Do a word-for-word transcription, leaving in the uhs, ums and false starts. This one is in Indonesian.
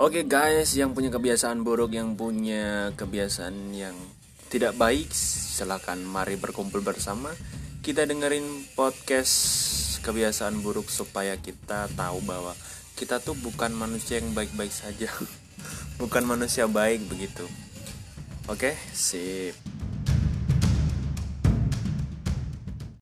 Oke guys, yang punya kebiasaan buruk, yang punya kebiasaan yang tidak baik, silakan mari berkumpul bersama. Kita dengerin podcast kebiasaan buruk supaya kita tahu bahwa kita tuh bukan manusia yang baik-baik saja. Bukan manusia baik begitu. Oke, sip.